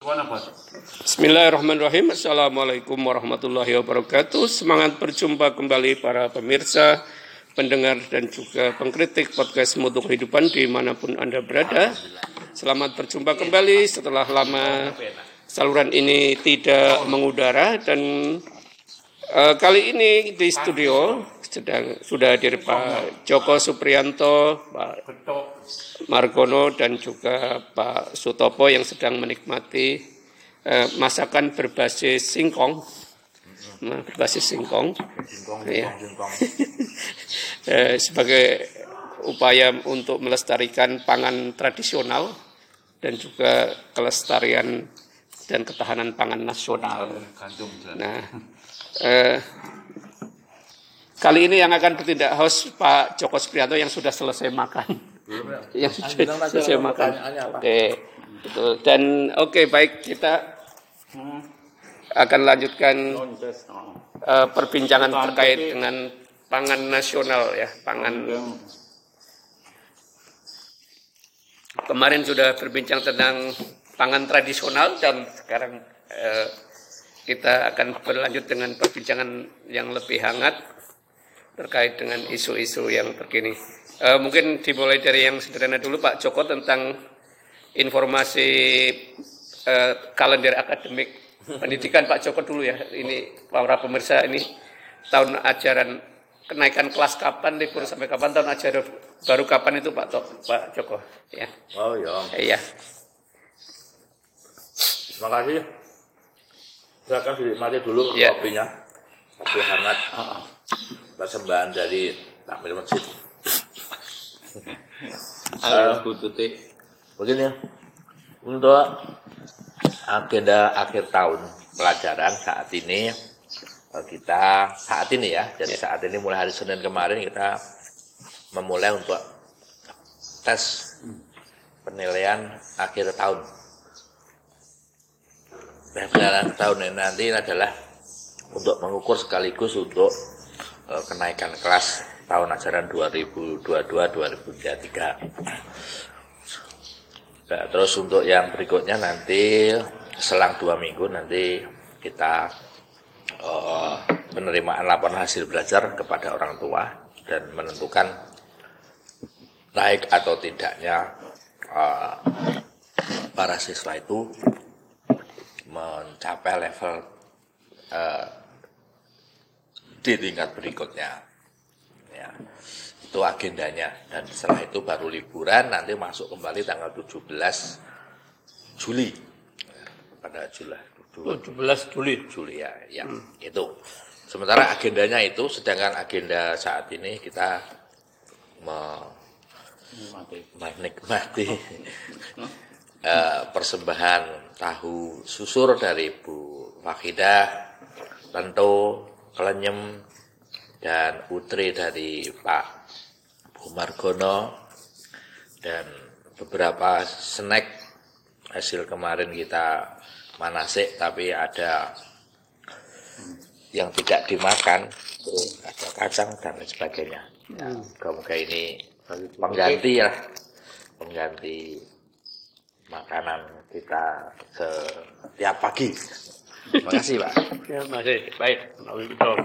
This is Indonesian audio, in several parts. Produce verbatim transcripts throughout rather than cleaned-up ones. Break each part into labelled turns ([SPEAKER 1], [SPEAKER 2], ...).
[SPEAKER 1] Bismillahirrahmanirrahim. Assalamualaikum warahmatullahi wabarakatuh. Semangat berjumpa kembali para pemirsa, pendengar dan juga pengkritik podcast Mutu Kehidupan dimanapun Anda berada. Selamat berjumpa kembali setelah lama saluran ini tidak mengudara, dan uh, kali ini di studio sedang sudah hadir Pak Joko Supriyanto, Pak Margono dan juga Pak Sutopo yang sedang menikmati uh, masakan berbasis singkong, nah, berbasis singkong, singkong, ya. singkong. uh, sebagai upaya untuk melestarikan pangan tradisional dan juga kelestarian dan ketahanan pangan nasional. Nah, uh, kali ini yang akan bertindak host Pak Joko Supriyanto yang sudah selesai makan. Yang sudah selesai makan. Oke, betul. Dan oke, okay, baik, kita akan lanjutkan uh, perbincangan terkait dengan pangan nasional ya, pangan. Kemarin sudah berbincang tentang pangan tradisional dan sekarang uh, kita akan berlanjut dengan perbincangan yang lebih hangat terkait dengan isu-isu yang terkini. Uh, mungkin dimulai dari yang sederhana dulu Pak Joko tentang informasi uh, kalender akademik pendidikan Pak Joko dulu ya. Ini para pemirsa, ini tahun ajaran kenaikan kelas kapan, libur sampai kapan, tahun ajaran baru kapan itu Pak Tok, Pak Joko ya.
[SPEAKER 2] Oh ya.
[SPEAKER 1] Iya.
[SPEAKER 2] Terima kasih. Silakan dinikmati dulu ya. Kopinya. Kopi hangat. Uh-uh. Persembahan dari takmir masjid. uh, begini untuk agenda akhir tahun pelajaran saat ini kita saat ini ya jadi saat ini mulai hari Senin kemarin kita memulai untuk tes penilaian akhir tahun. Penilaian tahun ini nanti adalah untuk mengukur sekaligus untuk uh, kenaikan kelas tahun ajaran dua ribu dua puluh dua dua ribu dua puluh tiga. Nah, terus untuk yang berikutnya nanti selang dua minggu nanti kita uh, penerimaan laporan hasil belajar kepada orang tua dan menentukan naik atau tidaknya uh, para siswa itu mencapai level uh, di tingkat berikutnya. Ya, itu agendanya, dan setelah itu baru liburan, nanti masuk kembali tanggal tujuh belas Juli pada Juli
[SPEAKER 1] tujuh belas Juli
[SPEAKER 2] Juli ya, ya hmm. Itu sementara agendanya itu, sedangkan agenda saat ini kita menikmati uh, persembahan tahu susur dari Bu Wahidah, lento, kelenyem dan putri dari Pak Bu Margono, dan beberapa snack hasil kemarin kita manasik tapi ada yang tidak dimakan, ada kacang dan lain sebagainya. Ya, semoga ini pengganti ya, pengganti makanan kita setiap pagi. Terima kasih Pak.
[SPEAKER 1] Terima kasih. Baik, betul.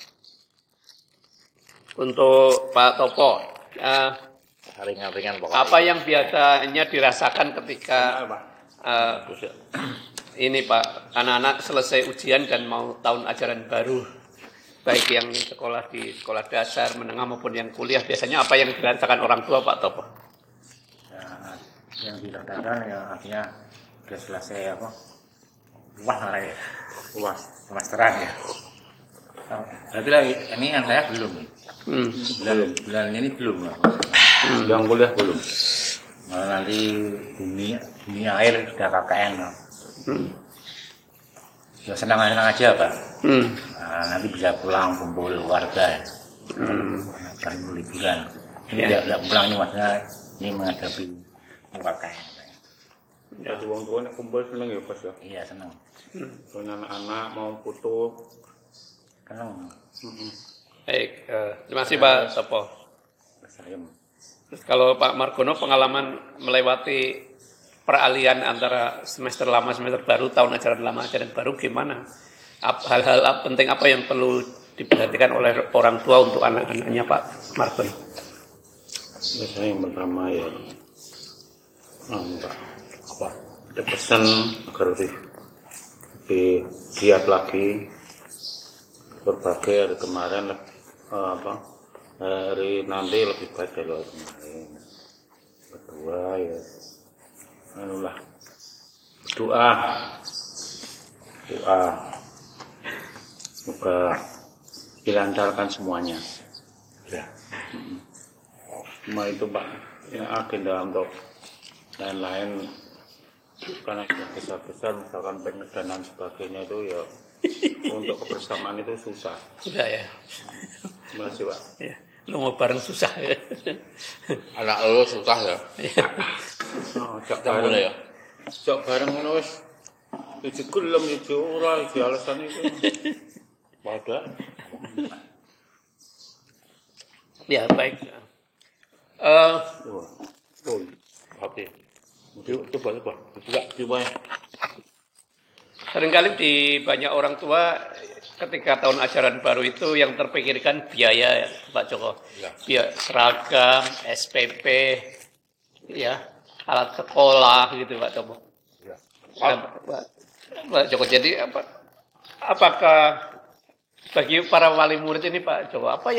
[SPEAKER 1] Untuk Pak Topo, uh,
[SPEAKER 2] ringan-ringan pokoknya.
[SPEAKER 1] Apa yang biasanya dirasakan ketika uh, ini Pak, anak-anak selesai ujian dan mau tahun ajaran baru, baik yang sekolah di sekolah dasar, menengah maupun yang kuliah, biasanya apa yang dirasakan orang tua Pak Topo?
[SPEAKER 3] Ya, yang dirasakan ya artinya sudah selesai apa? Puas lah ya, puas, pemasteran ya. Oh, berarti lagi ini yang saya belum. Hmm. Bulan, bulan ini belum. Hmm. Yang kuliah belum. Malah nanti bumi, bumi air sudah K K N. Hmm. Ya senang-senang aja Pak. Hmm. Nah, nanti bisa pulang kumpul keluarga. Hmm. Kan liburan. Ini tidak ya. Pulang ini maksudnya ini menghadapi K K N.
[SPEAKER 4] Ya, orang tua kumpul senang ya Pas ya.
[SPEAKER 3] Iya senang.
[SPEAKER 4] Hmm. Soalnya anak-anak mau foto.
[SPEAKER 3] Senang.
[SPEAKER 1] Hmm. Baik, uh, terima kasih Pak Topo. Terus kalau Pak Margono pengalaman melewati peralihan antara semester lama semester baru, tahun ajaran lama ajaran baru gimana? Hal-hal penting apa yang perlu diperhatikan oleh orang tua untuk anak-anaknya Pak Marbon?
[SPEAKER 4] Biasanya yang pertama ya, oh, enggak, apa? Ada pesan agar lebih, lebih giat lagi berbagai hari kemarin, eh, apa? Hari nanti lebih baik dari hari kemarin. Kedua ya, anulah doa, doa, semoga dilancarkan semuanya.
[SPEAKER 2] Ya.
[SPEAKER 4] Cuma itu Pak, ya agenda untuk lain-lain karena sudah besar-besar, misalkan pengen dan sebagainya itu ya untuk kebersamaan itu susah.
[SPEAKER 1] Sudah ya.
[SPEAKER 4] Terima kasih Pak.
[SPEAKER 1] Ya. Lu mau bareng susah ya.
[SPEAKER 2] Anak lu susah ya.
[SPEAKER 4] Oh, jak
[SPEAKER 2] Kita mulai ya.
[SPEAKER 4] Jak bareng ngono wis iki gelem iki ora iki alasan itu. Pada
[SPEAKER 1] Ya baik. Eh
[SPEAKER 4] oh, oh, oke. Coba coba. Coba coba.
[SPEAKER 1] seringkali di banyak orang tua ketika tahun ajaran baru itu yang terpikirkan biaya ya, Pak Joko.
[SPEAKER 2] Ya.
[SPEAKER 1] Biaya seragam, S P P, ya, alat sekolah gitu Pak Joko.
[SPEAKER 2] Ya.
[SPEAKER 1] Nah, Pak, Pak Joko, jadi apa, apakah bagi para wali murid ini Pak Joko, apa